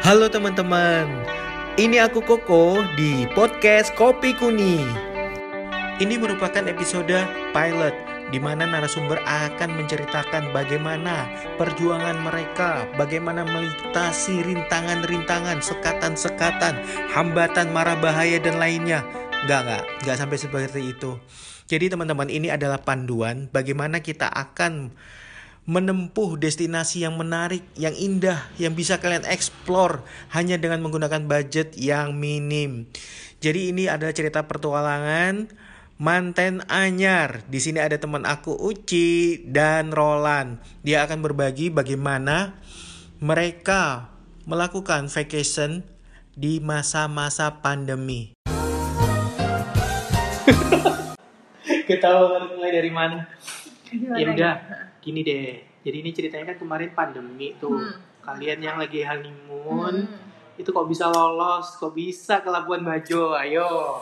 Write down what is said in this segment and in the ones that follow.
Halo teman-teman, ini aku Koko di podcast Kopi Kuni. Ini merupakan episode pilot di mana narasumber akan menceritakan bagaimana perjuangan mereka, bagaimana melintasi rintangan-rintangan, sekatan-sekatan, hambatan, mara bahaya dan lainnya. Enggak sampai seperti itu. Jadi teman-teman, ini adalah panduan bagaimana kita akan menempuh destinasi yang menarik, yang indah, yang bisa kalian explore hanya dengan menggunakan budget yang minim. Jadi ini adalah cerita petualangan manten anyar. Di sini ada teman aku Uci dan Roland. Dia akan berbagi bagaimana mereka melakukan vacation di masa-masa pandemi. Kita harus mulai dari mana? Ya udah, gini deh. Jadi ini ceritanya kan kemarin pandemi tuh. Kalian yang lagi honeymoon itu kok bisa lolos, kok bisa ke Labuan Bajo? Ayo.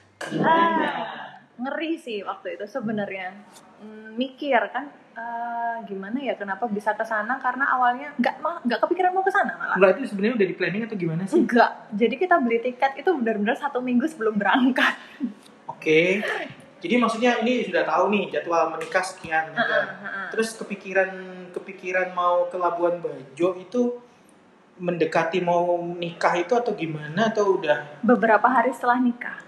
Ngeri sih waktu itu sebenarnya. Mikir kan gimana ya, kenapa bisa ke sana, karena awalnya enggak kepikiran mau ke sana malah. Enggak, itu sebenarnya udah di planning atau gimana sih? Enggak. Jadi kita beli tiket itu benar-benar 1 minggu sebelum berangkat. Oke. Jadi maksudnya ini sudah tahu nih jadwal menikah sekian. Terus kepikiran mau ke Labuan Bajo itu mendekati mau nikah itu atau gimana, atau udah Beberapa hari setelah nikah.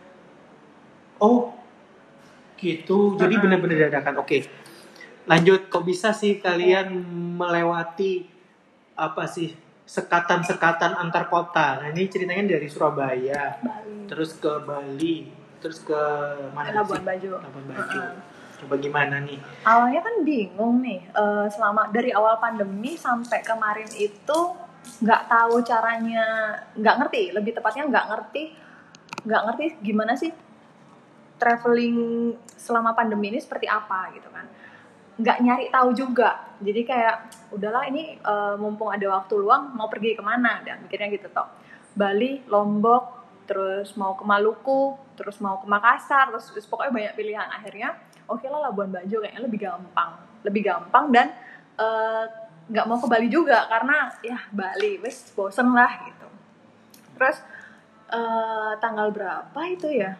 Oh gitu. Jadi benar-benar dadakan. Oke. Lanjut, kok bisa sih kalian melewati apa sih sekatan-sekatan antar kota? Nah, ini ceritanya dari Surabaya, Bali. terus ke Bali, terus ke mana Labuan sih? Bajo. Labuan Bajo. Coba gimana nih? Awalnya kan bingung nih, selama dari awal pandemi sampai kemarin itu nggak tahu caranya, nggak ngerti, lebih tepatnya nggak ngerti gimana sih traveling selama pandemi ini seperti apa gitu kan. Nggak nyari tahu juga, jadi kayak udahlah ini mumpung ada waktu luang mau pergi kemana, dan mikirnya gitu toh. Bali, Lombok, terus mau ke Maluku, terus mau ke Makassar, terus pokoknya banyak pilihan. Akhirnya oke lah, Labuan Bajo kayaknya lebih gampang dan nggak mau ke Bali juga karena ya Bali wes bosen lah gitu. Terus tanggal berapa itu ya,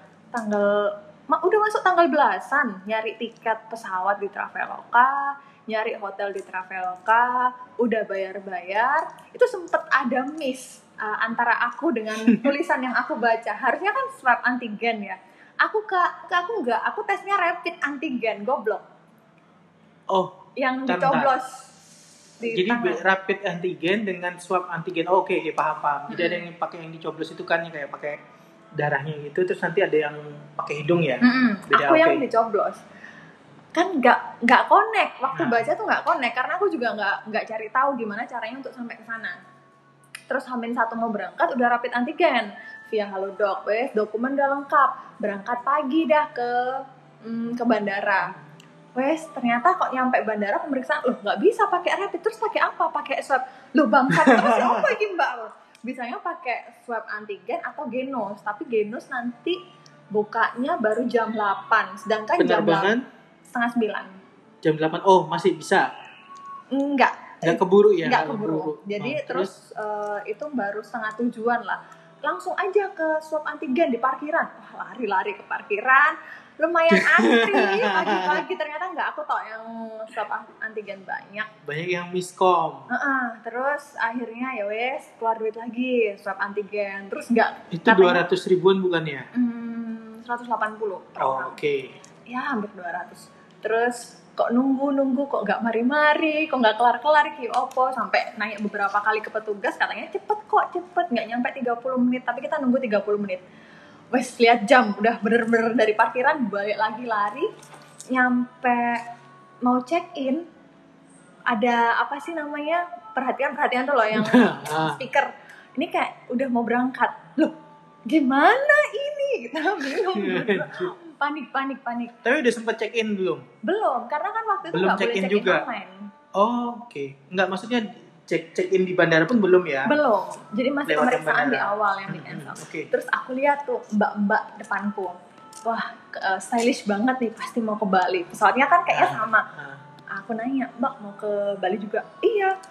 udah masuk tanggal belasan, nyari tiket pesawat di Traveloka, nyari hotel di Traveloka, udah bayar, itu sempet ada miss antara aku dengan tulisan yang aku baca. Harusnya kan swab antigen ya. Aku enggak, aku tesnya rapid antigen, goblok. Oh, yang dicoblos di jadi tangan. rapid antigen dengan swab antigen. Oh, oke, paham. Jadi ada yang pakai yang dicoblos itu kan, yang kayak pakai darahnya gitu, terus nanti ada yang pakai hidung ya. Beda, aku yang dicoblos kan nggak connect waktu baca tuh, nggak connect karena aku juga nggak cari tahu gimana caranya untuk sampai ke sana. Terus H-1 mau berangkat udah rapid antigen via Halodoc, wes dokumen udah lengkap, berangkat pagi dah ke bandara. Wes ternyata kok nyampe bandara pemeriksaan, loh nggak bisa pakai rapid, terus pakai apa? Pakai swab. Loh bangsat, terus apa lagi mbak? Bisanya pakai swab antigen atau genos, tapi genos nanti bukanya baru jam 8, sedangkan penerbangan jam 8:30. Jam 8, oh masih bisa? Enggak keburu ya? Enggak keburu. Jadi terus itu baru 6:30 lah. Langsung aja ke swab antigen di parkiran. Wah, lari-lari ke parkiran. Lumayan antri pagi-pagi, ternyata enggak aku tau yang swab antigen banyak yang miskom. Terus akhirnya ya wes keluar duit lagi swab antigen. Terus enggak, itu 200 ribuan bukan ya? 180 per orang. Oke. Ya hampir 200. Terus kok nunggu kok nggak mari-mari, kok nggak kelar-kelar ki opo, sampai nanya beberapa kali ke petugas, katanya cepet nggak nyampe 30 menit, tapi kita nunggu 30 menit. Wes lihat jam, udah bener-bener dari parkiran balik lagi lari, nyampe mau check in, ada apa sih namanya, perhatian tuh loh yang speaker, ini kayak udah mau berangkat, loh gimana ini, kita bingung. Panik. Tapi udah sempet check in belum? Belum, karena kan waktu itu nggak boleh check in online. Oh, oke. Nggak, maksudnya check in di bandara pun belum ya? Belum. Jadi masih pemeriksaan di awal yang di cancel. Terus aku lihat tuh mbak-mbak depanku. Wah, stylish banget nih, pasti mau ke Bali. Pesawatnya kan kayaknya sama. Aku nanya, mbak mau ke Bali juga? Iya.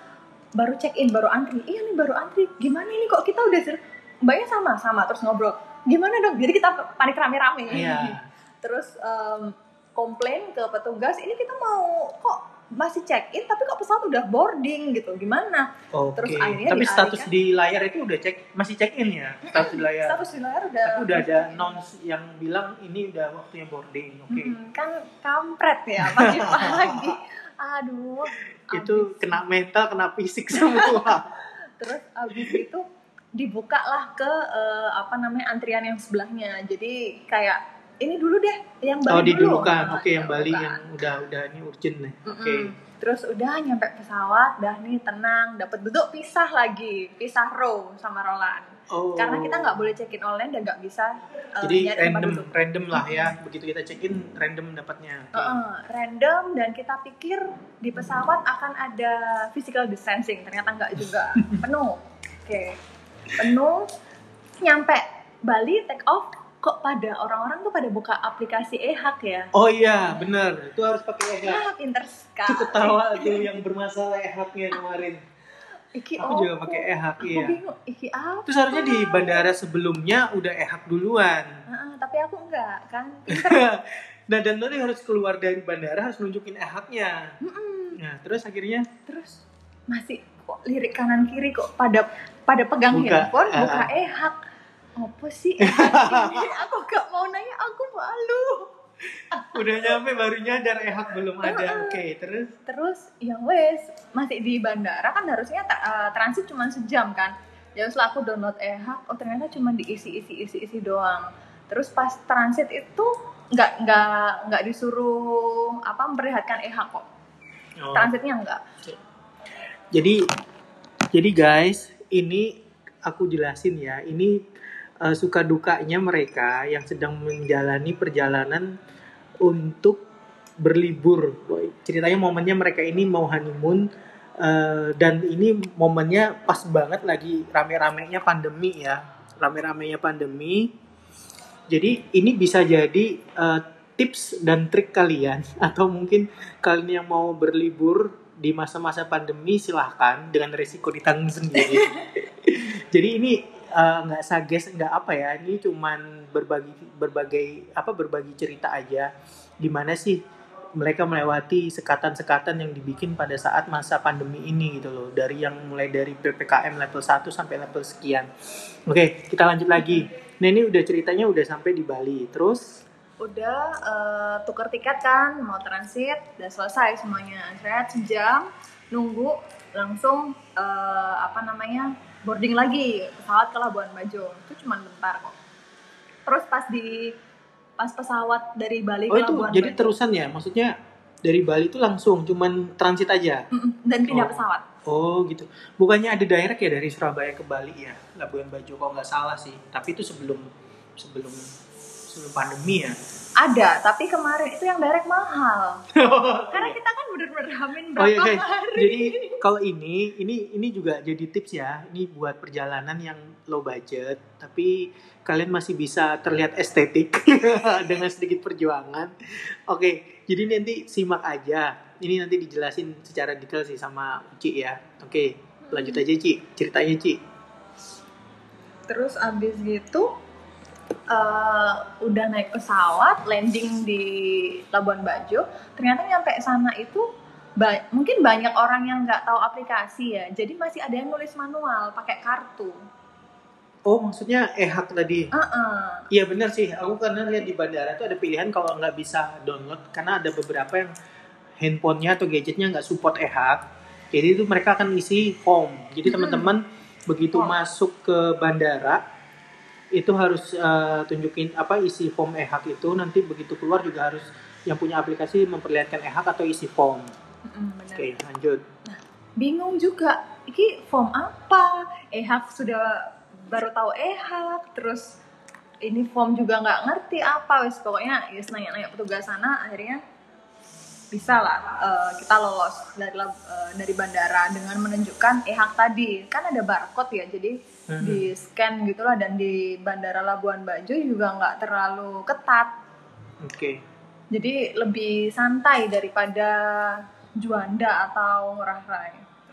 baru check in, baru antri. Iya nih baru antri. Gimana ini kok kita udah mbaknya sama terus ngobrol. Gimana dong? Jadi kita panik rame-rame. Iya. Terus komplain ke petugas, ini kita mau kok masih check in tapi kok pesawat udah boarding gitu. Gimana? Oke. Terus akhirnya Tapi status di layar itu udah masih check in ya? Status di layar. Status di layar udah. Tapi udah ada announce yang bilang ini udah waktunya boarding. Oke. Kan kampret ya pagi-pagi. Aduh. Itu kena mental, kena fisik semua. Terus abis itu dibukalah ke antrian yang sebelahnya. Jadi kayak ini dulu deh yang Bali dulu. Didulukan. Oke, yang Bali yang udah ini urgent nih. Oke. Terus udah nyampe pesawat, dah nih tenang, dapat duduk pisah pisah row sama Roland. Karena kita nggak boleh check in online dan nggak bisa. Jadi random lah ya. Begitu kita check in random dapatnya. Random, dan kita pikir di pesawat akan ada physical distancing, ternyata nggak juga. Penuh. Penuh. Nyampe Bali take off, kok pada orang-orang tuh pada buka aplikasi e-hak ya. Oh iya, benar. Itu harus pakai e-hak. Pinter sekali. Cukup tawa tuh yang bermasalah e-haknya kemarin. Aku juga pakai e-hak ya. Aku bingung, iki apa? Terus harusnya di bandara sebelumnya udah e-hak duluan. Tapi aku enggak, kan. Pinter. Nah, dan nanti harus keluar dari bandara harus nunjukin e-haknya. Nah, terus akhirnya masih kok lirik kanan kiri kok pada pegang handphone, buka e-hak. Apa sih ini? Aku gak mau nanya, aku malu. Udah nyampe baru nyadar e-hak belum ada. Oke, terus ya wes, masih di bandara kan harusnya transit cuma sejam kan. Ya setelah aku download e-hak, ternyata cuma diisi doang. Terus pas transit itu nggak disuruh memperlihatkan e-hak kok. Transitnya enggak. Jadi guys, ini aku jelasin ya. Ini suka dukanya mereka yang sedang menjalani perjalanan untuk berlibur. Ceritanya momennya mereka ini mau honeymoon, dan ini momennya pas banget lagi rame-ramenya pandemi ya. Rame-ramenya pandemi. Jadi ini bisa jadi tips dan trik kalian, atau mungkin kalian yang mau berlibur di masa-masa pandemi silahkan, dengan resiko ditanggung sendiri. Jadi ini nggak sages, nggak ini cuman berbagi cerita aja gimana sih mereka melewati sekatan-sekatan yang dibikin pada saat masa pandemi ini gitu loh, mulai dari PPKM level 1 sampai level sekian. Oke, kita lanjut lagi. Nah, ini udah ceritanya udah sampai di Bali, terus udah tuker tiket kan, mau transit, udah selesai semuanya. Saya sejam nunggu, langsung boarding lagi pesawat ke Labuan Bajo. Itu cuma bentar kok. Terus pas pesawat dari Bali ke Labuan Bajo. Jadi terusan ya, maksudnya dari Bali itu langsung cuman transit aja. Dan pindah pesawat. Oh gitu. Bukannya ada direct ya dari Surabaya ke Bali ya, Labuan Bajo kalau nggak salah sih. Tapi itu sebelum pandemi ya. Ada, tapi kemarin itu yang direct mahal. Karena kita kan bener-bener hamin berapa hari. Jadi kalau ini juga jadi tips ya. Ini buat perjalanan yang low budget, tapi kalian masih bisa terlihat estetik dengan sedikit perjuangan. Oke, jadi nanti simak aja. Ini nanti dijelasin secara detail sih sama Uci ya. Oke, lanjut aja Ci, ceritanya Ci. Terus abis gitu udah naik pesawat, landing di Labuan Bajo. Ternyata nyampe sana itu mungkin banyak orang yang nggak tahu aplikasi ya. Jadi masih ada yang nulis manual pakai kartu. Oh, maksudnya e-hak tadi? Iya benar sih. Aku karena lihat di bandara tuh ada pilihan kalau nggak bisa download, karena ada beberapa yang handphonenya atau gadgetnya nggak support e-hak. Jadi itu mereka akan isi form. Jadi teman-teman begitu masuk ke bandara itu harus tunjukin isi form e-hak itu. Nanti begitu keluar juga harus yang punya aplikasi memperlihatkan e-hak atau isi form. Oke, lanjut. Nah, bingung juga. Ini form apa? E-hak sudah baru tahu e-hak, terus ini form juga nggak ngerti apa. Wes pokoknya nanya-nanya petugas sana, akhirnya bisa lah kita lolos dari bandara dengan menunjukkan e-hak tadi. Kan ada barcode ya, jadi di scan gitulah. Dan di bandara Labuan Bajo juga nggak terlalu ketat. Oke. Jadi lebih santai daripada Juanda atau Ngurah Rai.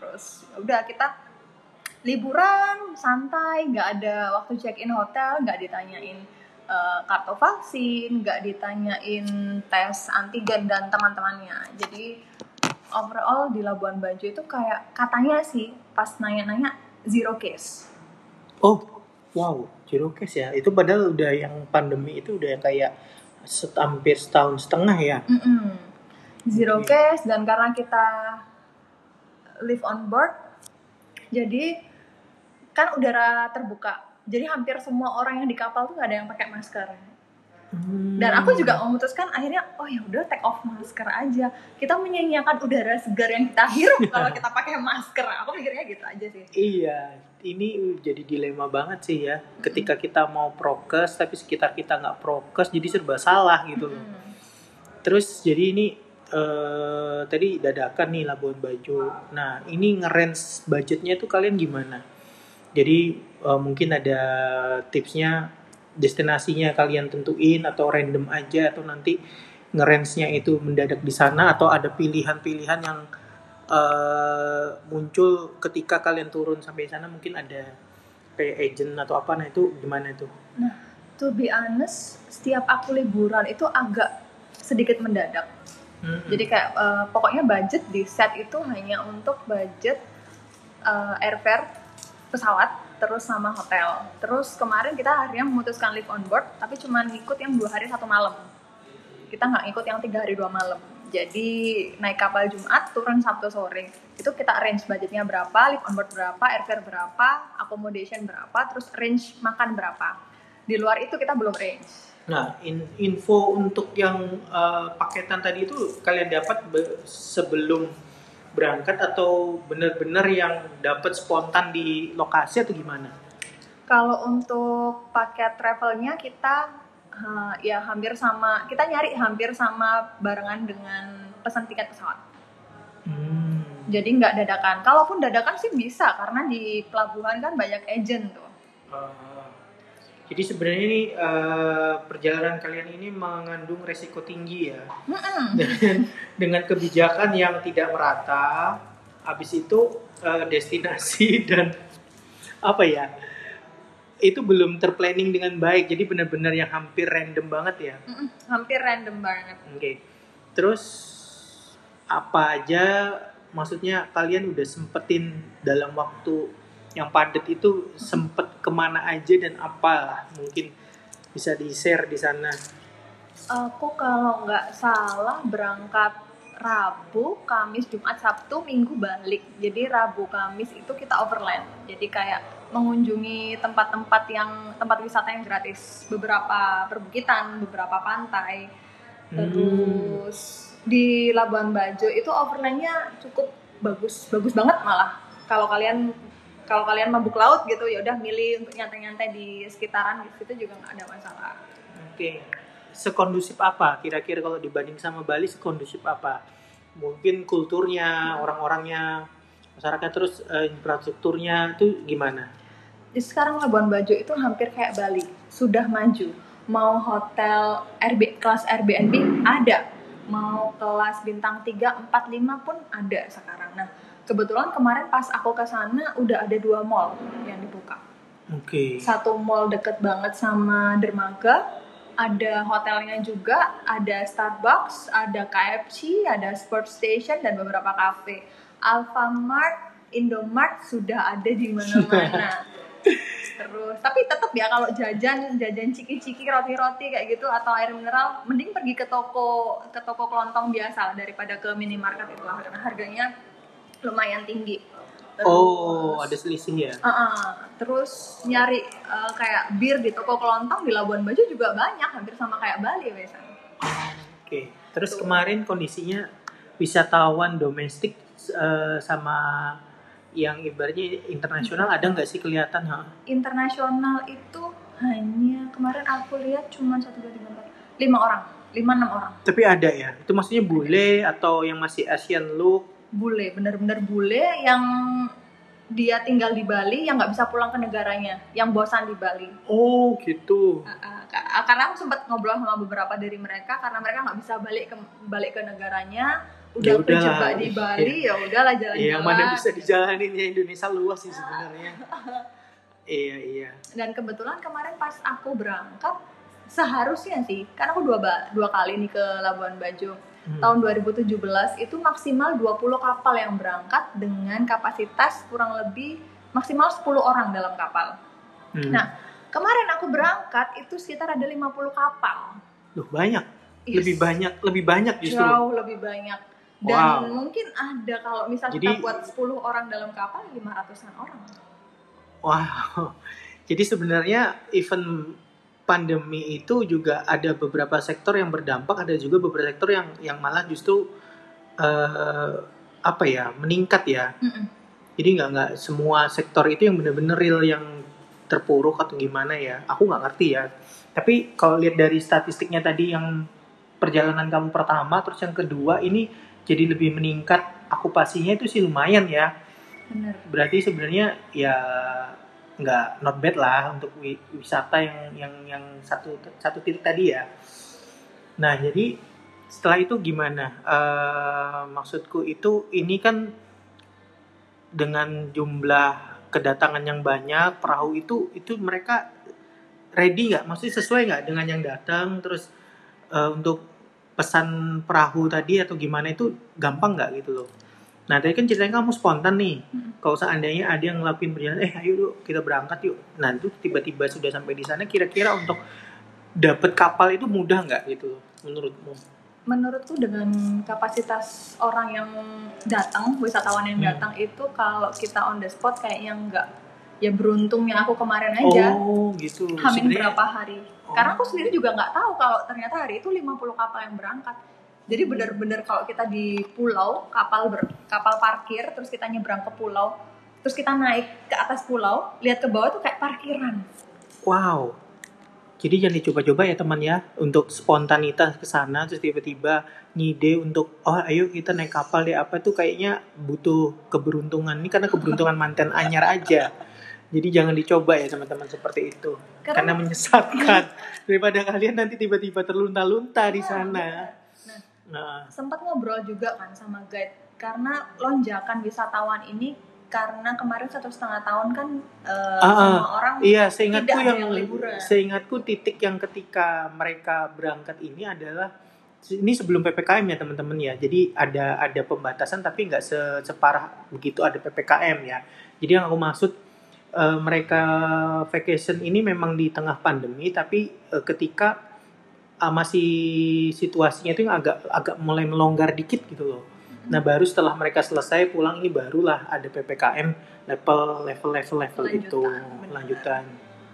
Terus udah kita liburan santai, nggak ada waktu check in hotel, nggak ditanyain kartu vaksin, nggak ditanyain tes antigen dan teman-temannya. Jadi overall di Labuan Bajo itu kayak katanya sih pas nanya-nanya zero case. Oh, wow, zero case ya. Itu padahal udah yang pandemi itu udah kayak hampir setahun setengah ya. Zero case, dan karena kita live on board, jadi kan udara terbuka. Jadi hampir semua orang yang di kapal tuh nggak ada yang pakai masker. Dan aku juga memutuskan akhirnya, oh ya udah take off masker aja. Kita menyanyiakan udara segar yang kita hirup kalau kita pakai masker. Aku mikirnya gitu aja sih. Iya, ini jadi dilema banget sih ya. Ketika kita mau prokes tapi sekitar kita nggak prokes, jadi serba salah gitu loh. Terus jadi ini tadi dadakan nih Labuan Bajo. Nah ini nge-range budgetnya tuh kalian gimana? Jadi mungkin ada tipsnya, destinasinya kalian tentuin atau random aja, atau nanti nge-range-nya itu mendadak di sana, atau ada pilihan-pilihan yang muncul ketika kalian turun sampai sana, mungkin ada kayak agent atau apa. Nah itu gimana tuh? Nah, to be honest, setiap aku liburan itu agak sedikit mendadak. Jadi kayak pokoknya budget di set itu hanya untuk budget airfare pesawat, terus sama hotel. Terus kemarin kita akhirnya memutuskan live on board, tapi cuma ngikut yang 2 hari 1 malam. Kita nggak ngikut yang 3 hari 2 malam. Jadi naik kapal Jumat, turun Sabtu sore. Itu kita arrange budgetnya berapa, live on board berapa, airfare berapa, accommodation berapa, terus range makan berapa. Di luar itu kita belum range. Nah, info untuk yang paketan tadi itu kalian dapat sebelum berangkat atau benar-benar yang dapat spontan di lokasi atau gimana? Kalau untuk paket travelnya kita ya hampir sama, kita nyari hampir sama barengan dengan pesan tiket pesawat. Jadi nggak dadakan. Kalaupun dadakan sih bisa, karena di pelabuhan kan banyak agent tuh. Jadi sebenarnya ini perjalanan kalian ini mengandung resiko tinggi ya. Dengan kebijakan yang tidak merata, habis itu destinasi dan apa ya, itu belum terplanning dengan baik. Jadi benar-benar yang hampir random banget ya. Hampir random banget. Oke. Terus apa aja, maksudnya kalian udah sempetin dalam waktu yang padat itu, sempet kemana aja dan apalah, mungkin bisa di-share di sana. Aku kalau nggak salah berangkat Rabu, Kamis, Jumat, Sabtu, Minggu balik. Jadi Rabu, Kamis itu kita overland. Jadi kayak mengunjungi tempat-tempat wisata yang gratis, beberapa perbukitan, beberapa pantai. Terus di Labuan Bajo itu overlandnya cukup bagus banget malah. Kalau kalian mabuk laut gitu, ya udah milih untuk nyantai-nyantai di sekitaran gitu juga nggak ada masalah. Oke. Sekondusif apa kira-kira kalau dibanding sama Bali? Sekondusif apa? Mungkin kulturnya, orang-orangnya, masyarakat, terus infrastrukturnya itu gimana? Sekarang Labuan Bajo itu hampir kayak Bali, sudah maju. Mau hotel kelas Airbnb ada, mau kelas bintang 3, 4, 5 pun ada sekarang. Nah, kebetulan kemarin pas aku ke sana udah ada 2 mall yang dibuka. Oke. Satu mall deket banget sama dermaga, ada hotelnya juga, ada Starbucks, ada KFC, ada Sports Station dan beberapa kafe. Alfamart, Indomart sudah ada di mana-mana. Terus, tapi tetap ya kalau jajan ciki-ciki, roti-roti kayak gitu atau air mineral, mending pergi ke toko kelontong biasa daripada ke minimarket itu, karena harganya lumayan tinggi. Terus, ada selisih ya? Terus nyari kayak bir di toko kelontong di Labuan Bajo juga banyak, hampir sama kayak Bali biasanya. Oke. Terus kemarin kondisinya wisatawan domestik sama yang ibaratnya internasional ada nggak sih kelihatan? Internasional itu hanya kemarin aku lihat cuma 1, 2, 3, 4, 5 orang, 5-6 orang. Tapi ada ya? Itu maksudnya bule atau yang masih Asian look? Bule, bener-bener bule yang dia tinggal di Bali, yang nggak bisa pulang ke negaranya, yang bosan di Bali. Oh gitu. karena aku sempat ngobrol sama beberapa dari mereka, karena mereka nggak bisa balik ke negaranya, udah terjebak di Bali, ya udahlah jalan-jalan. Yang mana bisa dijalanin ya, Indonesia luas sih sebenarnya. Iya. Dan kebetulan kemarin pas aku berangkat, seharusnya sih, karena aku dua kali nih ke Labuan Bajo. Tahun 2017 itu maksimal 20 kapal yang berangkat dengan kapasitas kurang lebih maksimal 10 orang dalam kapal. Nah, kemarin aku berangkat itu sekitar ada 50 kapal. Loh, banyak. Yes. Lebih banyak justru. Jauh lebih banyak. Dan mungkin ada kalau misalnya kita buat 10 orang dalam kapal 500-an orang. Wow. Jadi sebenarnya event pandemi itu juga ada beberapa sektor yang berdampak, ada juga beberapa sektor yang malah justru meningkat ya. Jadi nggak semua sektor itu yang benar-benar real yang terpuruk atau gimana ya, aku nggak ngerti ya. Tapi kalau lihat dari statistiknya tadi, yang perjalanan kamu pertama terus yang kedua ini jadi lebih meningkat okupasinya, itu sih lumayan ya. Benar. Berarti sebenarnya ya nggak not bad lah untuk wisata yang satu titik tadi ya. Nah, jadi setelah itu gimana? Maksudku itu ini kan dengan jumlah kedatangan yang banyak, perahu itu mereka ready nggak? Maksudnya sesuai nggak dengan yang datang? Terus untuk pesan perahu tadi atau gimana itu gampang nggak gitu loh? Nah, tadi kan ceritanya kamu spontan nih. Kalau seandainya ada yang ngelakuin perjalanan, ayo yuk kita berangkat yuk. Nah, itu tiba-tiba sudah sampai di sana, kira-kira untuk dapat kapal itu mudah nggak gitu menurutmu? Menurutku dengan kapasitas orang yang datang, wisatawan yang datang itu, kalau kita on the spot kayaknya enggak. Ya beruntungnya aku kemarin aja. Oh, gitu. Hamin berapa hari. Karena aku sendiri juga nggak tahu kalau ternyata hari itu 50 kapal yang berangkat. Jadi benar-benar kalau kita di pulau, kapal parkir, terus kita nyebrang ke pulau, terus kita naik ke atas pulau, lihat ke bawah tuh kayak parkiran. Wow. Jadi jangan dicoba-coba ya teman ya, untuk spontanitas ke sana terus tiba-tiba ngide untuk ayo kita naik kapal deh, apa tuh kayaknya butuh keberuntungan. Ini karena keberuntungan mantan anyar aja. Jadi jangan dicoba ya teman-teman seperti itu. Karena menyesatkan. Daripada kalian nanti tiba-tiba terlunta-lunta di sana. Nah, sempat ngobrol juga kan sama guide, karena lonjakan wisatawan ini karena kemarin 1,5 tahun kan semua orang seingatku tidak ada yang liburan. Seingatku titik yang ketika mereka berangkat ini adalah ini sebelum PPKM ya teman-teman ya. Jadi ada pembatasan tapi nggak separah begitu ada PPKM ya. Jadi yang aku maksud mereka vacation ini memang di tengah pandemi, tapi ketika masih situasinya itu yang agak mulai melonggar dikit gitu loh. Nah, baru setelah mereka selesai pulang ini barulah ada PPKM level itu lanjutan.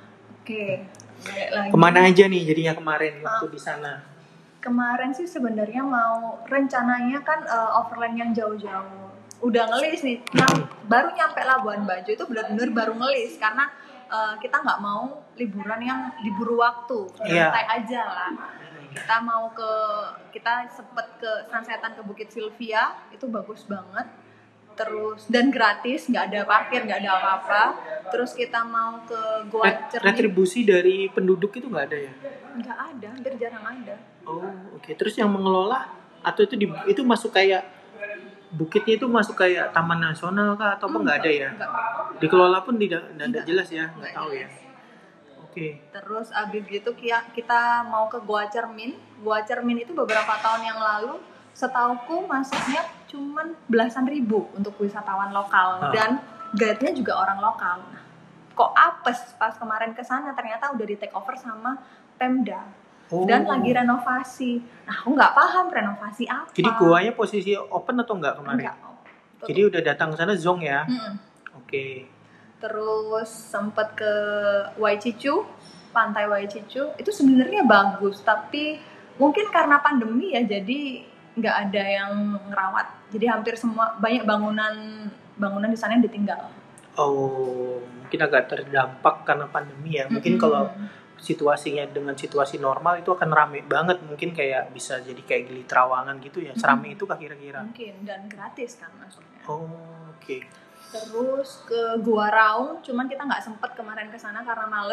Oke, balik lagi. Kemana aja nih jadinya kemarin waktu di sana? Kemarin sih sebenarnya mau rencananya kan overland yang jauh-jauh. Udah ngelis nih. Nah, baru nyampe Labuan Bajo itu benar-benar baru ngelis karena kita nggak mau liburan yang diburu waktu, santai aja lah. Kita sempet ke sunsetan ke Bukit Silvia, itu bagus banget. Terus dan gratis, nggak ada parkir, nggak ada apa-apa. Terus kita mau ke Goa Cermin. Retribusi dari penduduk itu nggak ada ya? Nggak ada, hampir jarang ada. Oh, oke. Terus yang mengelola atau itu masuk kayak bukitnya itu masuk kayak taman nasional kah atau apa nggak ada ya? Enggak. Dikelola pun tidak jelas ya, nggak tahu ya. Oke. Terus abis gitu kita mau ke Goa Cermin. Goa Cermin itu beberapa tahun yang lalu setauku masuknya cuman belasan ribu untuk wisatawan lokal dan guide-nya juga orang lokal. Nah, kok apes pas kemarin ke sana ternyata udah di take over sama Pemda. Dan lagi renovasi. Nah, aku nggak paham renovasi apa. Jadi goanya posisi open atau enggak kemarin? Enggak. Jadi udah datang ke sana zong ya? Oke. Terus sempet ke Wajicu, pantai Wajicu. Itu sebenarnya bagus, tapi mungkin karena pandemi ya, jadi nggak ada yang ngerawat. Jadi hampir semua, banyak bangunan di sana yang ditinggal. Oh, mungkin agak terdampak karena pandemi ya. Mungkin kalau situasinya dengan situasi normal itu akan rame banget, mungkin kayak bisa jadi kayak Gili Trawangan gitu ya. Serame itu kah kira-kira? Mungkin, dan gratis kan masuknya. Oh, oke. Terus ke Gua Raung, cuman kita nggak sempet kemarin ke sana karena males.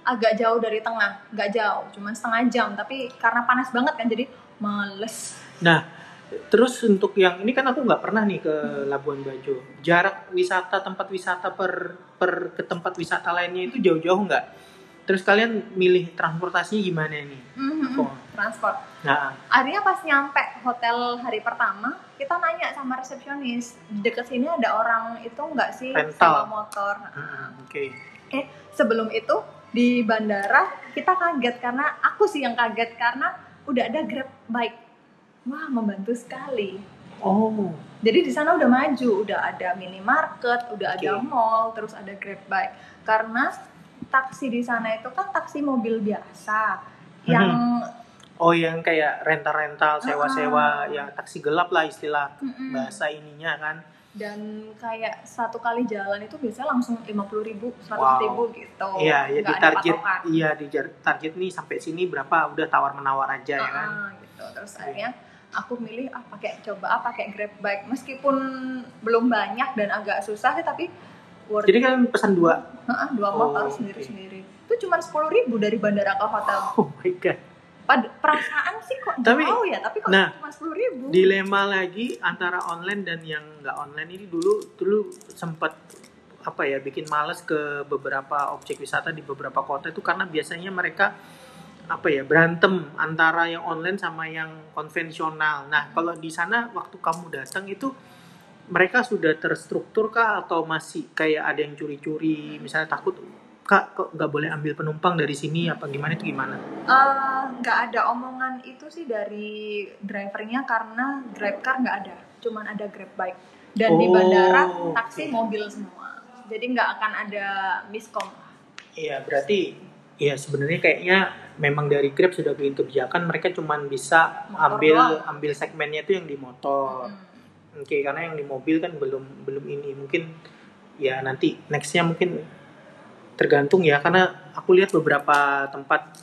agak jauh dari tengah, nggak jauh, cuma setengah jam, tapi karena panas banget kan jadi males. Nah, terus untuk yang ini kan aku nggak pernah nih ke Labuan Bajo. Jarak wisata tempat wisata per ke tempat wisata lainnya itu jauh-jauh nggak? Terus kalian milih transportasinya gimana nih? Transport. Nah, Akhirnya pas nyampe hotel hari pertama, kita nanya sama resepsionis, di deket sini ada orang itu nggak sih Rental. sewa motor. Oke. Sebelum itu di bandara kita kaget, karena aku sih yang kaget karena udah ada Grab bike. Wah, membantu sekali. Oh, Jadi di sana udah maju, udah ada minimarket, udah ada mall, terus ada Grab bike. Karena taksi di sana itu kan taksi mobil biasa yang oh yang kayak rental-rental, sewa-sewa, ya taksi gelap lah istilah bahasa ininya kan. Dan kayak satu kali jalan itu biasanya langsung 50.000, 100.000 gitu. Iya, ya di Nggak ada target, patokan. iya di target nih sampai sini berapa, udah tawar-menawar aja ya kan. Gitu. Terus akhirnya aku milih pakai Grab bike, meskipun belum banyak dan agak susah sih, tapi worth Jadi kan pesan dua. dua motor sendiri-sendiri. Itu cuma 10.000 dari bandara ke hotel. Oh my god. Perasaan sih kok jauh ya, tapi kok cuma 10.000. Dilema lagi antara online dan yang nggak online ini dulu sempat bikin males ke beberapa objek wisata di beberapa kota itu karena biasanya mereka berantem antara yang online sama yang konvensional. Nah, kalau di sana waktu kamu datang itu mereka sudah terstruktur kah atau masih kayak ada yang curi-curi, misalnya takut Kak kok nggak boleh ambil penumpang dari sini apa gimana itu gimana? Nggak ada omongan itu sih dari drivernya karena Grabcar nggak ada, cuman ada Grab bike. Dan di bandara taksi mobil semua, jadi nggak akan ada miskom. Iya, berarti ya sebenarnya kayaknya memang dari Grab sudah bikin kebijakan mereka cuman bisa ambil segmennya itu yang di motor. Oke, karena yang di mobil kan belum ini, mungkin ya nanti nextnya mungkin tergantung ya, karena aku lihat beberapa tempat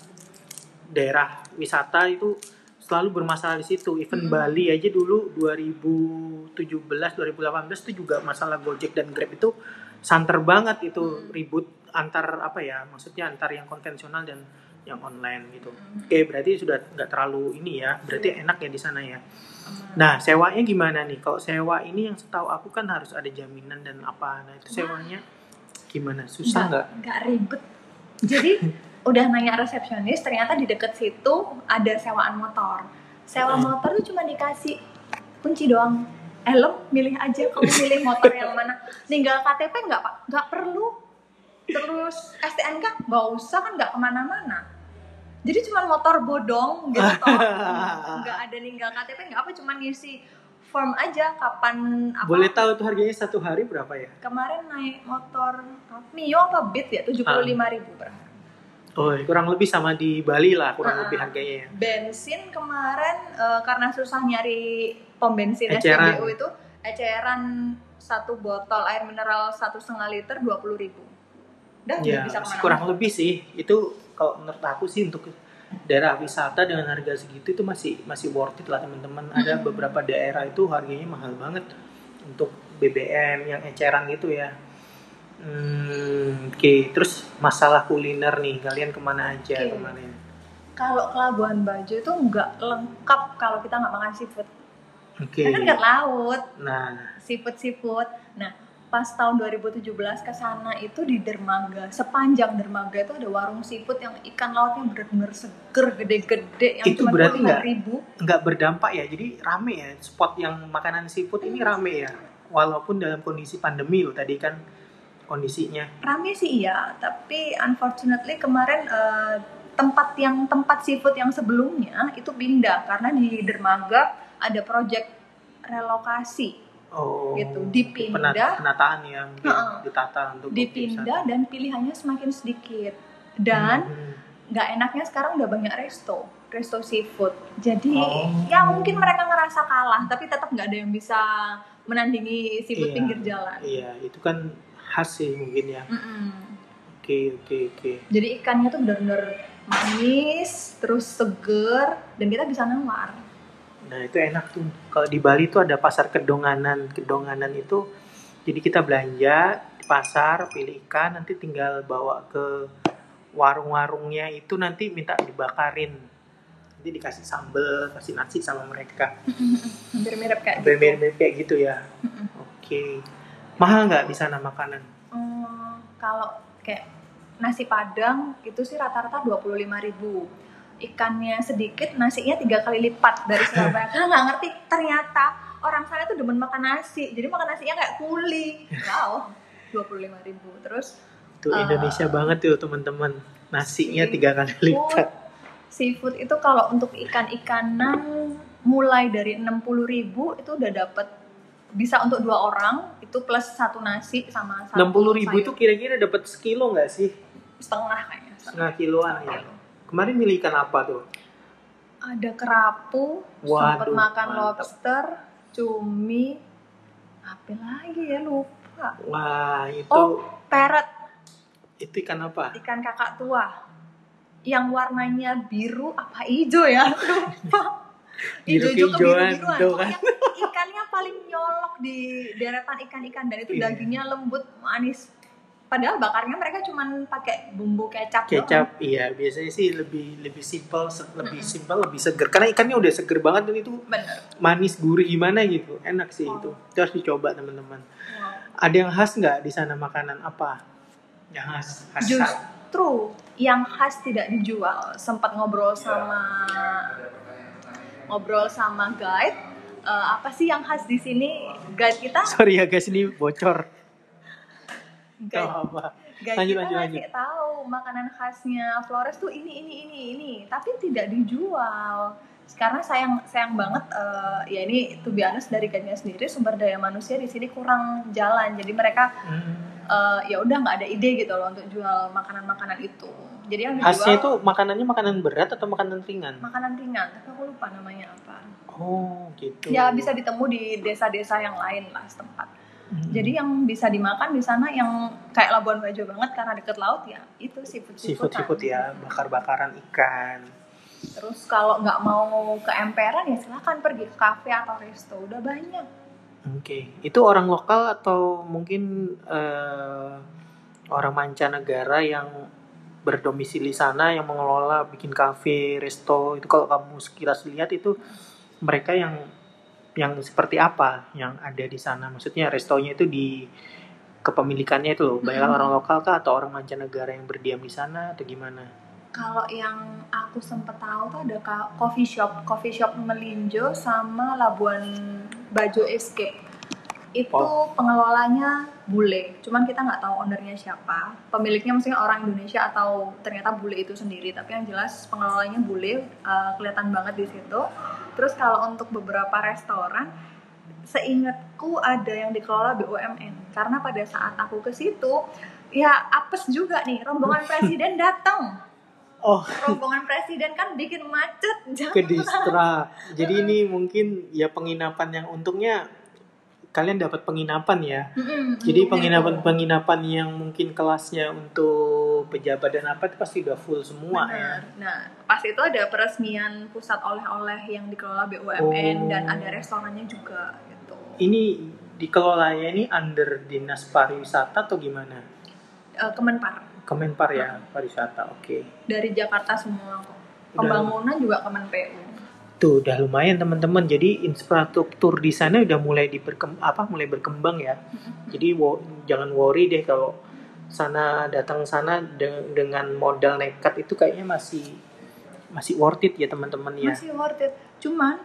daerah wisata itu selalu bermasalah di situ. Even Bali aja dulu 2017 2018 itu juga masalah Gojek dan Grab itu santer banget itu, ribut antar maksudnya antar yang konvensional dan yang online gitu. Oke, berarti sudah nggak terlalu ini ya, berarti enak ya di sana ya. Nah, sewanya gimana nih? Kalau sewa ini yang setahu aku kan harus ada jaminan dan apa. Nah, itu sewanya gimana? Susah nggak? Nggak ribet. Jadi udah nanya resepsionis, ternyata di deket situ ada sewaan motor. Sewa motor tuh cuma dikasih kunci doang. Lo milih aja, kamu milih motor yang mana. Ninggal KTP nggak Pak? Nggak perlu. Terus STNK nggak usah, kan nggak kemana-mana. Jadi cuma motor bodong gitu toh. Nggak ada ninggal KTP, nggak apa, cuma ngisi form aja kapan apa. Boleh tahu tuh harganya satu hari berapa ya? Kemarin naik motor Mio apa Beat ya, 75.000 per hari. Oh, kurang lebih sama di Bali lah, kurang lebih harganya ya. Bensin kemarin karena susah nyari pom bensin Eceran. SPBU itu, eceran satu botol air mineral 1,5 liter 20.000. Udah Ya, bisa kemana-mana. kurang lebih sih. Itu kalau menurut aku sih untuk daerah wisata dengan harga segitu itu masih worth it lah teman-teman. Ada beberapa daerah itu harganya mahal banget untuk BBM yang eceran gitu ya. Oke. Terus masalah kuliner nih, kalian kemana aja kemarin? Kalau ke Labuan Bajo itu nggak lengkap kalau kita nggak makan seafood. Oke. Kan dekat laut. Nah, seafood. Nah, pas tahun 2017 ke sana itu di dermaga, sepanjang dermaga itu ada warung seafood yang ikan lautnya benar-benar seger, gede-gede, yang itu cuma berarti 5.000. nggak berdampak ya, jadi rame ya spot yang makanan seafood ini rame ya, walaupun dalam kondisi pandemi loh tadi kan kondisinya. Rame sih iya, tapi unfortunately kemarin tempat seafood yang sebelumnya itu pindah karena di dermaga ada project relokasi. Gitu, dipindah, penataan ya, mungkin ditata untuk dipindah dan pilihannya semakin sedikit, dan nggak enaknya sekarang udah banyak resto seafood, jadi ya mungkin mereka ngerasa kalah, tapi tetap nggak ada yang bisa menandingi seafood pinggir jalan. Iya, itu kan khas sih mungkin ya. Oke. Jadi ikannya tuh benar-benar manis, terus seger, dan kita bisa nawar. Nah itu enak tuh. Kalau di Bali tuh ada pasar kedonganan itu. Jadi kita belanja di pasar, pilih ikan, nanti tinggal bawa ke warung-warungnya itu nanti minta dibakarin. Nanti dikasih sambal, kasih nasi sama mereka. Hampir mirip kayak Hampir gitu. mirip kayak gitu ya. Oke. Mahal nggak di sana makanan? Kalau kayak nasi Padang itu sih rata-rata 25.000. Ikannya sedikit, nasinya 3 kali lipat dari Surabaya. Karena nggak ngerti, ternyata orang sana tuh demen makan nasi. Jadi makan nasinya kayak kuli. Wow, 25.000. Terus Tuh Indonesia banget tuh teman-teman. Nasinya 3 kali lipat. Seafood itu kalau untuk ikan-ikanan mulai dari 60.000 itu udah dapet, bisa untuk 2 orang itu plus 1 nasi sama 1 60.000 sayur. itu kira-kira dapat sekilo nggak sih? Setengah kayaknya. Setengah kiloan ya. Kemarin milih ikan apa tuh? Ada kerapu, sempat makan lobster, cumi, apa lagi ya lupa. Wah itu. Oh, parrot. Itu ikan apa? Ikan kakak tua. Yang warnanya biru apa hijau ya? Lupa. Biru-hijauan. Pokoknya ikannya paling nyolok di deretan ikan-ikan dan itu dagingnya lembut, manis. Padahal bakarnya mereka cuman pakai bumbu kecap doang. Iya biasanya sih lebih simple, lebih seger karena ikannya udah seger banget dan itu manis gurih gimana gitu, enak sih itu harus dicoba teman-teman. Ada yang khas nggak di sana makanan apa? Yang khas. Justru yang khas tidak dijual. Sempat ngobrol sama guide. Apa sih yang khas di sini? Guide kita. Sorry ya guys, ini bocor. Guide kita ngasih tahu makanan khasnya Flores tuh ini, tapi tidak dijual. Karena sayang banget ya ini to be honest dari guide-nya sendiri sumber daya manusia di sini kurang jalan. Jadi mereka ya udah nggak ada ide gitu loh untuk jual makanan itu. Jadi yang dijual khasnya itu makanannya makanan berat atau makanan ringan? Makanan ringan, tapi aku lupa namanya apa. Oh gitu. Ya bisa ditemu di desa-desa yang lain lah setempat. Jadi yang bisa dimakan di sana yang kayak Labuan Bajo banget karena deket laut ya itu seafood ya, bakar-bakaran ikan. Terus kalau nggak mau ke emperan ya silakan pergi ke kafe atau resto, udah banyak. Oke. Itu orang lokal atau mungkin orang mancanegara yang berdomisili sana yang mengelola bikin kafe, resto itu kalau kamu sekilas lihat itu mereka yang seperti apa yang ada di sana? Maksudnya restonya itu di kepemilikannya itu loh, banyak orang lokal kah atau orang mancanegara yang berdiam di sana atau gimana? Kalau yang aku sempat tahu tuh ada coffee shop Melinjo sama Labuan Bajo Escape. Itu pengelolanya bule, cuman kita nggak tahu ownernya siapa. Pemiliknya maksudnya orang Indonesia atau ternyata bule itu sendiri. Tapi yang jelas pengelolanya bule, kelihatan banget di situ. Terus kalau untuk beberapa restoran, seingatku ada yang dikelola BUMN. Karena pada saat aku ke situ, ya apes juga nih, rombongan presiden datang. Rombongan presiden kan bikin macet. Ke Distra. Jadi ini mungkin ya penginapan yang untungnya kalian dapat penginapan ya. Jadi penginapan yang mungkin kelasnya untuk pejabat dan apa itu pasti udah full semua. Ya. Nah, pas itu ada peresmian pusat oleh-oleh yang dikelola BUMN dan ada restorannya juga gitu. Ini dikelolanya ini under Dinas Pariwisata atau gimana? Kemenpar ya, pariwisata. Oke. Dari Jakarta semua kok. Pembangunan juga Kemenpu. Tuh udah lumayan teman-teman. Jadi infrastruktur di sana udah mulai berkembang ya. Jadi jangan worry deh kalau datang sana dengan modal nekat itu kayaknya masih worth it ya teman-teman ya. Masih worth it. Cuman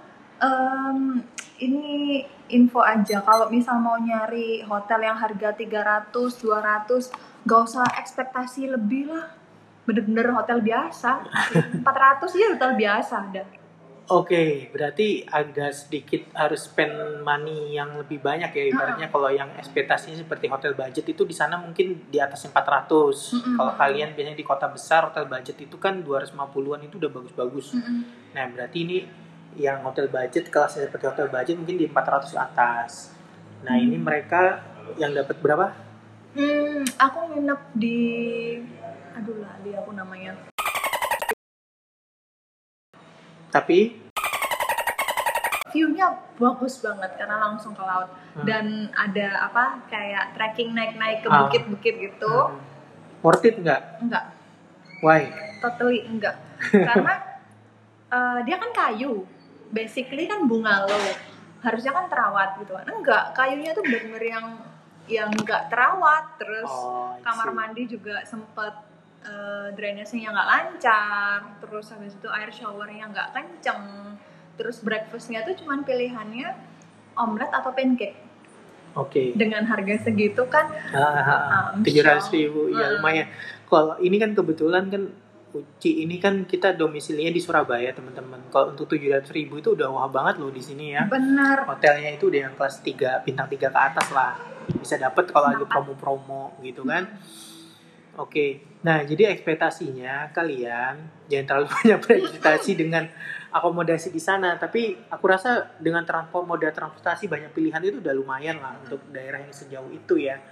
ini info aja, kalau misal mau nyari hotel yang harga 300, 200, gak usah ekspektasi lebih lah. Bener-bener hotel biasa. 400 ya hotel biasa ada. Oke, berarti agak sedikit harus spend money yang lebih banyak ya. Ibaratnya kalau yang ekspektasinya seperti hotel budget itu di sana mungkin di atas 400. Kalau kalian biasanya di kota besar hotel budget itu kan 250-an itu udah bagus-bagus. Nah, berarti ini yang hotel budget kelasnya seperti hotel budget mungkin di 400 atas. Nah, ini mereka yang dapat berapa? Aku nginep di aku namanya. Tapi view-nya bagus banget karena langsung ke laut dan ada kayak trekking naik ke bukit-bukit gitu. Worth it nggak? Enggak. Why? Totally enggak. Karena dia kan kayu. Basically kan bungalow. Harusnya kan terawat gitu kan. Enggak, kayunya tuh bener-bener yang enggak terawat. Terus kamar mandi juga sempet drainasenya nggak lancar. Terus habis itu air showernya nggak kenceng. Terus breakfastnya tuh cuman pilihannya omelet atau pancake. Oke. Dengan harga segitu kan 700.000 ya lumayan. Kalau ini kan kebetulan kan Uci ini kan kita domisilinya di Surabaya teman-teman. Kalau untuk 700.000 itu udah wah banget loh di sini ya. Bener. Hotelnya itu udah yang kelas 3 bintang 3 ke atas lah. Bisa dapet kalau lagi promo-promo gitu kan. Oke. Nah, jadi ekspektasinya kalian jangan terlalu banyak berekspektasi dengan akomodasi di sana, tapi aku rasa dengan moda transportasi banyak pilihan itu udah lumayan lah untuk daerah yang sejauh itu ya.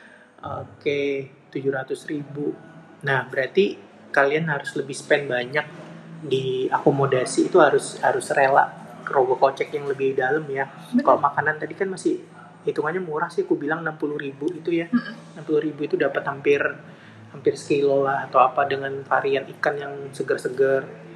Oke, 700.000. Nah, berarti kalian harus lebih spend banyak di akomodasi, itu harus rela rogoh kocek yang lebih dalam ya. Kalau makanan tadi kan masih hitungannya murah sih, aku bilang 60.000 itu ya. 60.000 itu dapat hampir sekilo lah atau apa dengan varian ikan yang segar-segar.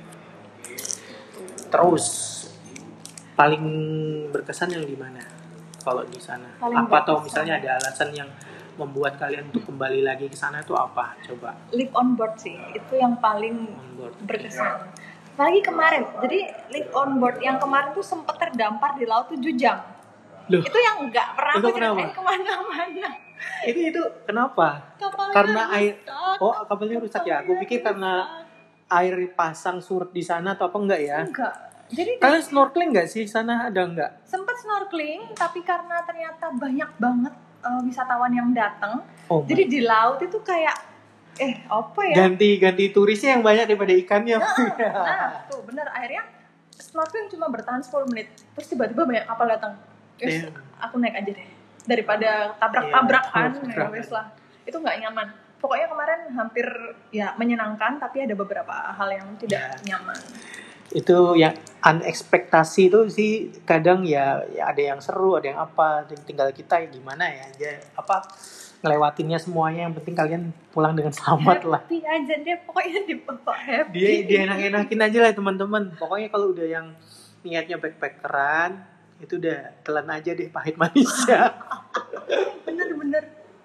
Terus paling berkesan yang di mana kalau di sana? Apa atau misalnya ada alasan yang membuat kalian untuk kembali lagi ke sana itu apa? Coba. Live on board sih, itu yang paling berkesan. Apalagi kemarin, jadi live on board yang kemarin tuh sempat terdampar di laut 7 jam. Loh, itu yang nggak pernah aku ceritain kemana-mana. Itu kenapa? Kapalnya karena rusak. air. Oh, kapalnya rusak ya. Aku pikir karena air pasang surut di sana atau apa enggak ya? Enggak. Jadi kalian snorkeling nggak sih? Sana ada nggak? Sempet snorkeling, tapi karena ternyata banyak banget wisatawan yang datang. Jadi di laut itu kayak apa ya? Ganti turisnya yang banyak daripada ikannya. Nah, tuh bener, akhirnya snorkeling cuma bertahan 10 menit. Terus tiba-tiba banyak kapal datang. Aku naik aja deh. Daripada tabrak-tabrakan, wes lah. Itu nggak nyaman. Pokoknya kemarin hampir ya menyenangkan, tapi ada beberapa hal yang tidak nyaman. Itu yang unexpectasi itu sih kadang ya ada yang seru, ada yang apa, tinggal kita gimana ya aja ngelewatinnya semuanya, yang penting kalian pulang dengan selamat lah. Happy aja deh, pokoknya dibawa happy. Dia enak-enakin aja lah teman-teman. Pokoknya kalau udah yang niatnya backpackeran itu udah telan aja deh pahit manisnya. Bener.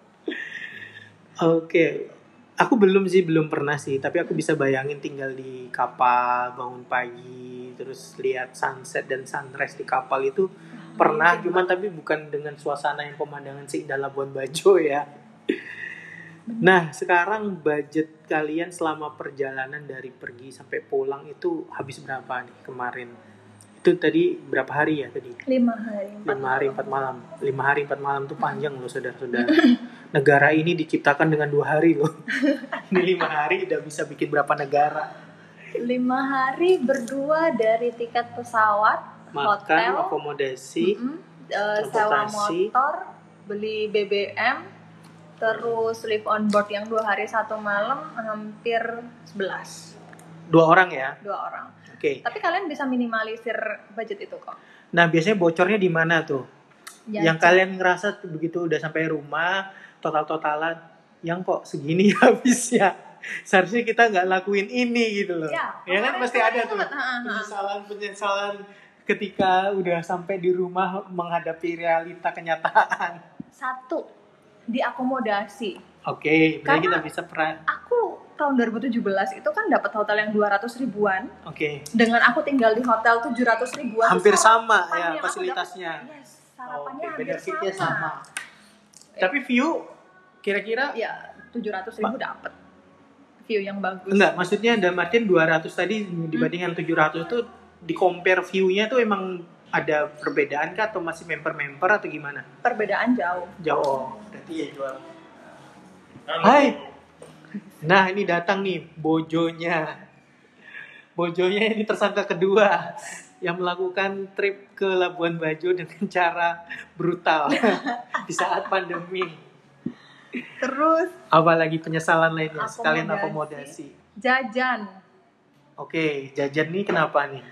Oke. Aku belum pernah sih, tapi aku bisa bayangin tinggal di kapal, bangun pagi, terus lihat sunset dan sunrise di kapal itu pernah, cuman tapi bukan dengan suasana yang pemandangan seindah Labuan Bajo ya. Nah, sekarang budget kalian selama perjalanan dari pergi sampai pulang itu habis berapa nih kemarin? Itu tadi berapa hari ya tadi? 5 hari 4 malam. 5 hari 4 malam tuh panjang loh saudara-saudara. Negara ini diciptakan dengan 2 hari loh. Ini 5 hari udah bisa bikin berapa negara. 5 hari berdua dari tiket pesawat, makan, hotel, akomodasi, sewa motor, beli BBM, terus live on board yang 2 hari 1 malam hampir 11. 2 orang ya? 2 orang. Oke. Tapi kalian bisa minimalisir budget itu kok. Nah, biasanya bocornya di mana tuh? Jajan. Yang kalian ngerasa begitu udah sampai rumah, total-totalan, yang kok segini habisnya? Seharusnya kita nggak lakuin ini gitu loh. Ya kan pasti ada tuh penyesalan ketika udah sampai di rumah menghadapi realita kenyataan. 1, diakomodasi. Oke, berarti kita bisa aku tahun 2017 itu kan dapat hotel yang 200 ribuan. Oke. Dengan aku tinggal di hotel 700 ribuan. Hampir sama ya fasilitasnya. Yes, sarapannya hampir benefitnya sama. Tapi view kira-kira ya 700 ribu dapat view yang bagus. Enggak, maksudnya dalam artian 200 tadi dibandingkan 700 itu di compare view-nya tuh emang ada perbedaan kah atau masih member atau gimana? Perbedaan jauh. Berarti ya jual. Hai. Nah, ini datang nih bojonya ini tersangka kedua yang melakukan trip ke Labuan Bajo dengan cara brutal di saat pandemi. Terus apalagi penyesalan lainnya sekalian akomodasi. Jajan. Oke, jajan nih kenapa nih?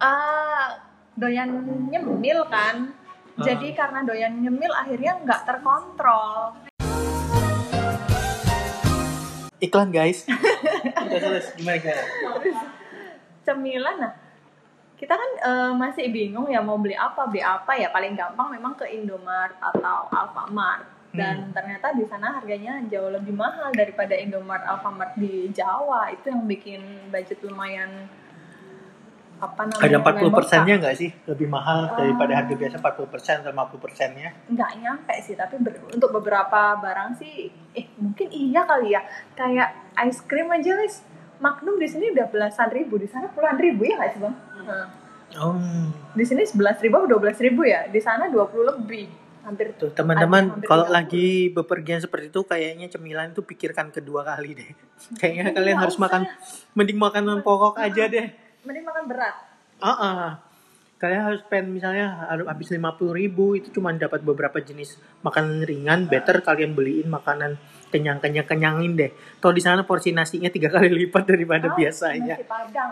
Doyan nyemil kan. Jadi karena doyan nyemil akhirnya nggak terkontrol. Iklan guys. Terus gimana? Cemilan, nah kita kan masih bingung ya mau beli apa ya. Paling gampang memang ke Indomart atau Alfamart, dan ternyata di sana harganya jauh lebih mahal daripada Indomart, Alfamart di Jawa. Itu yang bikin budget lumayan ada 40%-nya nggak sih lebih mahal daripada harga biasa 40% atau 50%-nya? Nggak nyampe sih, tapi untuk beberapa barang sih mungkin iya kali ya. Kayak ice cream aja wis Magnum di sini udah belasan ribu, di sana puluhan ribu ya nggak sih bang? Di sini 11.000 atau 12.000 ya, di sana 20 lebih, hampir. Tuh teman-teman, kalau lagi bepergian seperti itu kayaknya cemilan itu pikirkan kedua kali deh. Kayaknya kalian harus makan, mending makanan pokok aja deh. Mending makan berat. Kalian harus spend misalnya habis 50.000 itu cuma dapat beberapa jenis makanan ringan. Better kalian beliin makanan kenyangin deh. Toh di sana porsi nasinya 3 kali lipat daripada biasanya. Nasi Padang.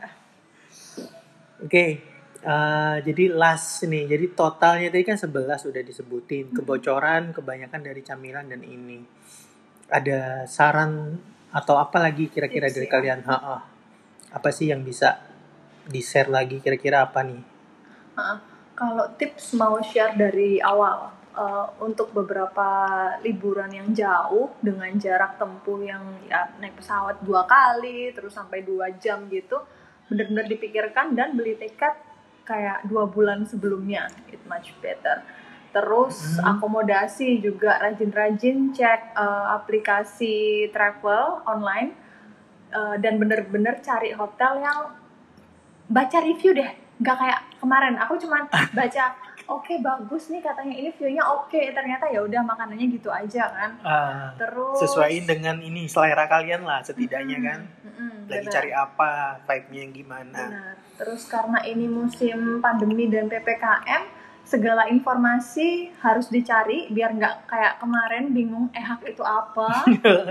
Oke, jadi last nih. Jadi totalnya tadi kan 11 udah disebutin. Kebocoran kebanyakan dari camilan dan ini. Ada saran atau apa lagi kira-kira dari kalian? Apa sih yang bisa di-share lagi, kira-kira apa nih? Kalau tips mau share dari awal, untuk beberapa liburan yang jauh dengan jarak tempuh yang ya naik pesawat 2 kali terus sampai 2 jam gitu, benar-benar dipikirkan dan beli tiket kayak 2 bulan sebelumnya, it much better. Terus akomodasi juga rajin-rajin cek aplikasi travel online, dan benar-benar cari hotel yang baca review deh. Nggak kayak kemarin aku cuman baca oke, bagus nih katanya, ini view-nya oke, ternyata ya udah makanannya gitu aja kan. Terus sesuaiin dengan ini selera kalian lah setidaknya kan. Lagi bener. Cari apa, vibe-nya yang gimana. Benar. Terus karena ini musim pandemi dan PPKM, segala informasi harus dicari biar nggak kayak kemarin bingung hak itu apa.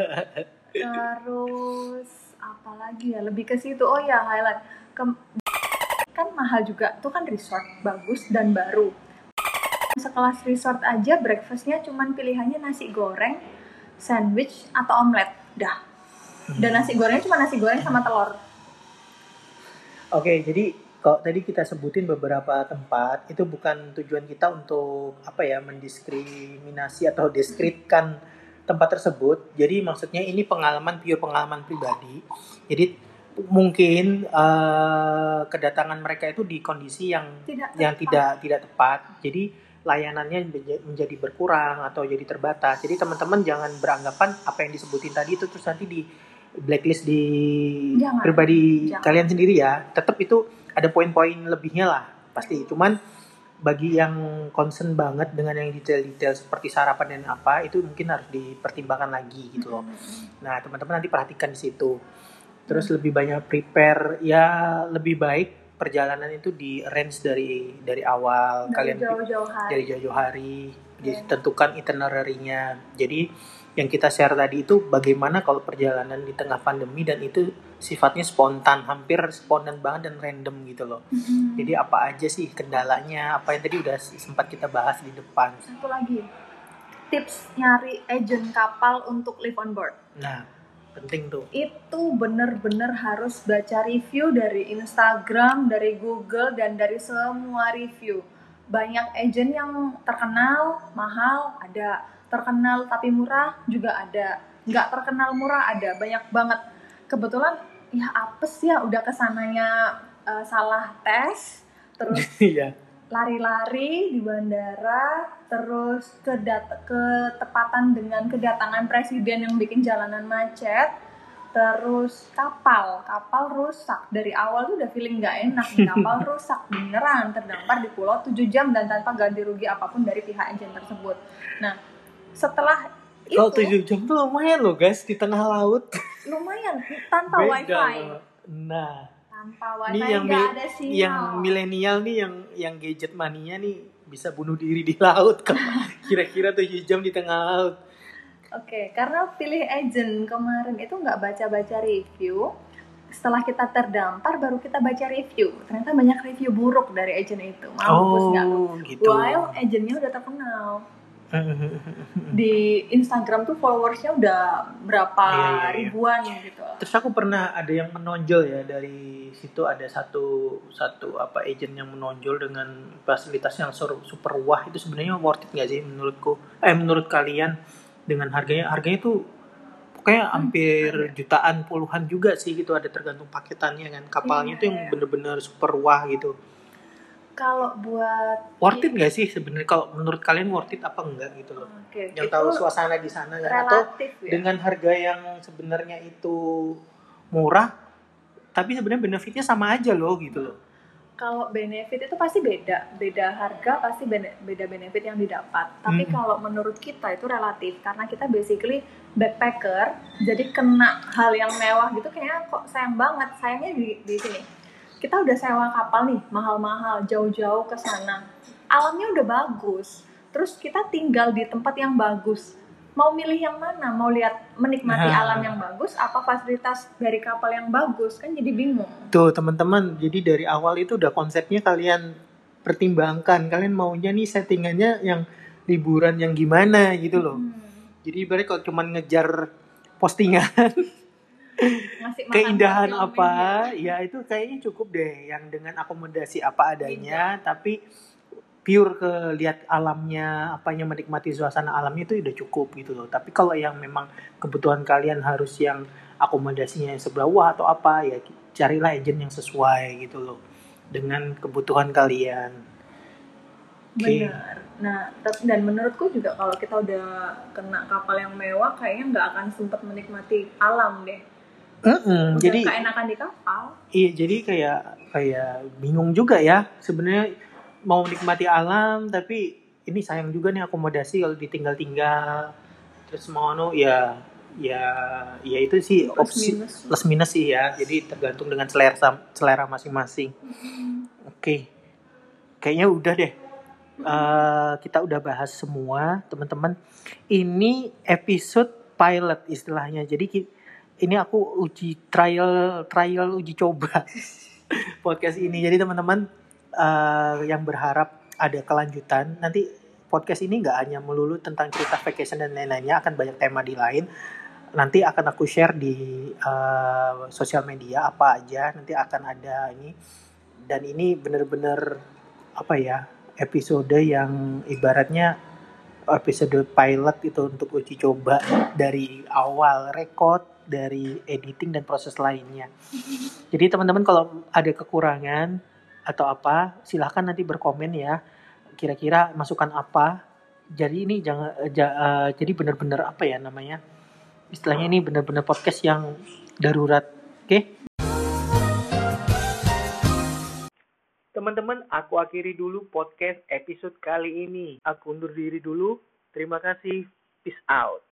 Terus apa lagi ya, lebih ke situ. Oh ya, highlight kan mahal juga tuh kan, resort bagus dan baru. Sekelas resort aja breakfastnya cuman pilihannya nasi goreng, sandwich atau omelet, dah. Dan nasi gorengnya cuma nasi goreng sama telur. Oke, jadi kalau tadi kita sebutin beberapa tempat, itu bukan tujuan kita untuk mendiskriminasi atau deskripsikan tempat tersebut. Jadi maksudnya ini pure pengalaman pribadi. Jadi mungkin kedatangan mereka itu di kondisi yang tidak tepat. Jadi layanannya menjadi berkurang atau jadi terbatas. Jadi teman-teman jangan beranggapan apa yang disebutin tadi itu terus nanti di blacklist di pribadi kalian sendiri ya. Tetap itu ada poin-poin lebihnya lah pasti. Cuman bagi yang concern banget dengan yang detail-detail seperti sarapan dan apa, itu mungkin harus dipertimbangkan lagi gitu loh. Nah, teman-teman nanti perhatikan di situ. Terus lebih banyak prepare, ya lebih baik perjalanan itu di arrange dari awal, dari jauh-jauh hari, ditentukan itinerary-nya. Jadi yang kita share tadi itu bagaimana kalau perjalanan di tengah pandemi dan itu sifatnya spontan, hampir spontan banget dan random gitu loh. Jadi apa aja sih kendalanya, apa yang tadi udah sempat kita bahas di depan. Satu lagi, tips nyari agent kapal untuk live on board. Nah, penting tuh. Itu bener-bener harus baca review dari Instagram, dari Google, dan dari semua review. Banyak agent yang terkenal, mahal, ada. Terkenal tapi murah juga ada. Nggak terkenal murah ada, banyak banget. Kebetulan ya apes ya, udah kesananya salah tes, terus lari-lari di bandara, terus ketepatan dengan kedatangan presiden yang bikin jalanan macet, terus kapal rusak. Dari awal tuh udah feeling nggak enak, kapal rusak beneran, terdampar di pulau 7 jam dan tanpa ganti rugi apapun dari pihak agen tersebut. Nah, setelah itu, kalau 7 jam tuh lumayan loh guys, di tengah laut. Lumayan, tanpa wifi. Nah, tanpa wifi nggak ada sinyal. Yang milenial nih, yang gadget mania nih bisa bunuh diri di laut. Kira-kira 7 jam di tengah laut. Oke, karena pilih agent kemarin itu nggak baca-baca review. Setelah kita terdampar baru kita baca review. Ternyata banyak review buruk dari agent itu. Mampus nggak lu? Gitu. While agentnya udah terkenal. Di Instagram tuh followersnya udah berapa Iya. ribuan gitu. Terus aku pernah ada yang menonjol ya, dari situ ada satu agent yang menonjol dengan fasilitas yang super wah. Itu sebenarnya worth it nggak sih menurutku? Menurut kalian, dengan harganya tuh pokoknya hampir jutaan, puluhan juga sih gitu, ada tergantung paketannya kan. Kapalnya tuh yang bener-bener super wah gitu. Kalau buat Worth it nggak sih sebenarnya? Kalau menurut kalian worth it apa enggak gitu loh? Yang itu tahu suasana di sana kan? Atau dengan harga yang sebenarnya itu murah, tapi sebenarnya benefitnya sama aja loh gitu loh. Kalau benefit itu pasti beda harga, pasti beda benefit yang didapat. Tapi kalau menurut kita itu relatif, karena kita basically backpacker, jadi kena hal yang mewah gitu kayaknya kok sayang banget. Sayangnya di sini. Kita udah sewa kapal nih, mahal-mahal, jauh-jauh ke sana. Alamnya udah bagus. Terus kita tinggal di tempat yang bagus. Mau milih yang mana? Mau menikmati alam yang bagus, apa fasilitas dari kapal yang bagus? Kan jadi bingung. Tuh teman-teman, jadi dari awal itu udah konsepnya kalian pertimbangkan. Kalian maunya nih settingannya yang liburan yang gimana gitu loh. Jadi ibaratnya kalau cuma ngejar postingan keindahan apa, ya itu kayaknya cukup deh. Yang dengan akomodasi apa adanya, tapi pure ke lihat alamnya, apanya, menikmati suasana alamnya itu udah cukup gitu loh. Tapi kalau yang memang kebutuhan kalian harus yang akomodasinya yang sebelah wah atau apa, ya carilah agent yang sesuai gitu loh dengan kebutuhan kalian. Benar. Nah, dan menurutku juga kalau kita udah kena kapal yang mewah, kayaknya nggak akan sempat menikmati alam deh. Jadi keenakan di kapal. Iya, jadi kayak bingung juga ya sebenarnya, mau nikmati alam tapi ini sayang juga nih akomodasi kalau ditinggal-tinggal. Terus mau ya itu sih opsi plus minus sih ya. Jadi tergantung dengan selera masing-masing. Oke. Kayaknya udah deh. Kita udah bahas semua, teman-teman. Ini episode pilot istilahnya. Jadi ini aku trial uji coba podcast ini. Jadi teman-teman yang berharap ada kelanjutan, nanti podcast ini nggak hanya melulu tentang cerita vacation dan lain-lainnya, akan banyak tema di lain. Nanti akan aku share di sosial media apa aja, nanti akan ada ini. Dan ini benar-benar episode yang ibaratnya episode pilot itu untuk uji coba, dari awal record, dari editing dan proses lainnya. Jadi teman-teman kalau ada kekurangan atau apa, silahkan nanti berkomen ya. Kira-kira masukan apa? Jadi ini jadi benar-benar istilahnya ini benar-benar podcast yang darurat. Oke? Teman-teman, aku akhiri dulu podcast episode kali ini. Aku undur diri dulu. Terima kasih. Peace out.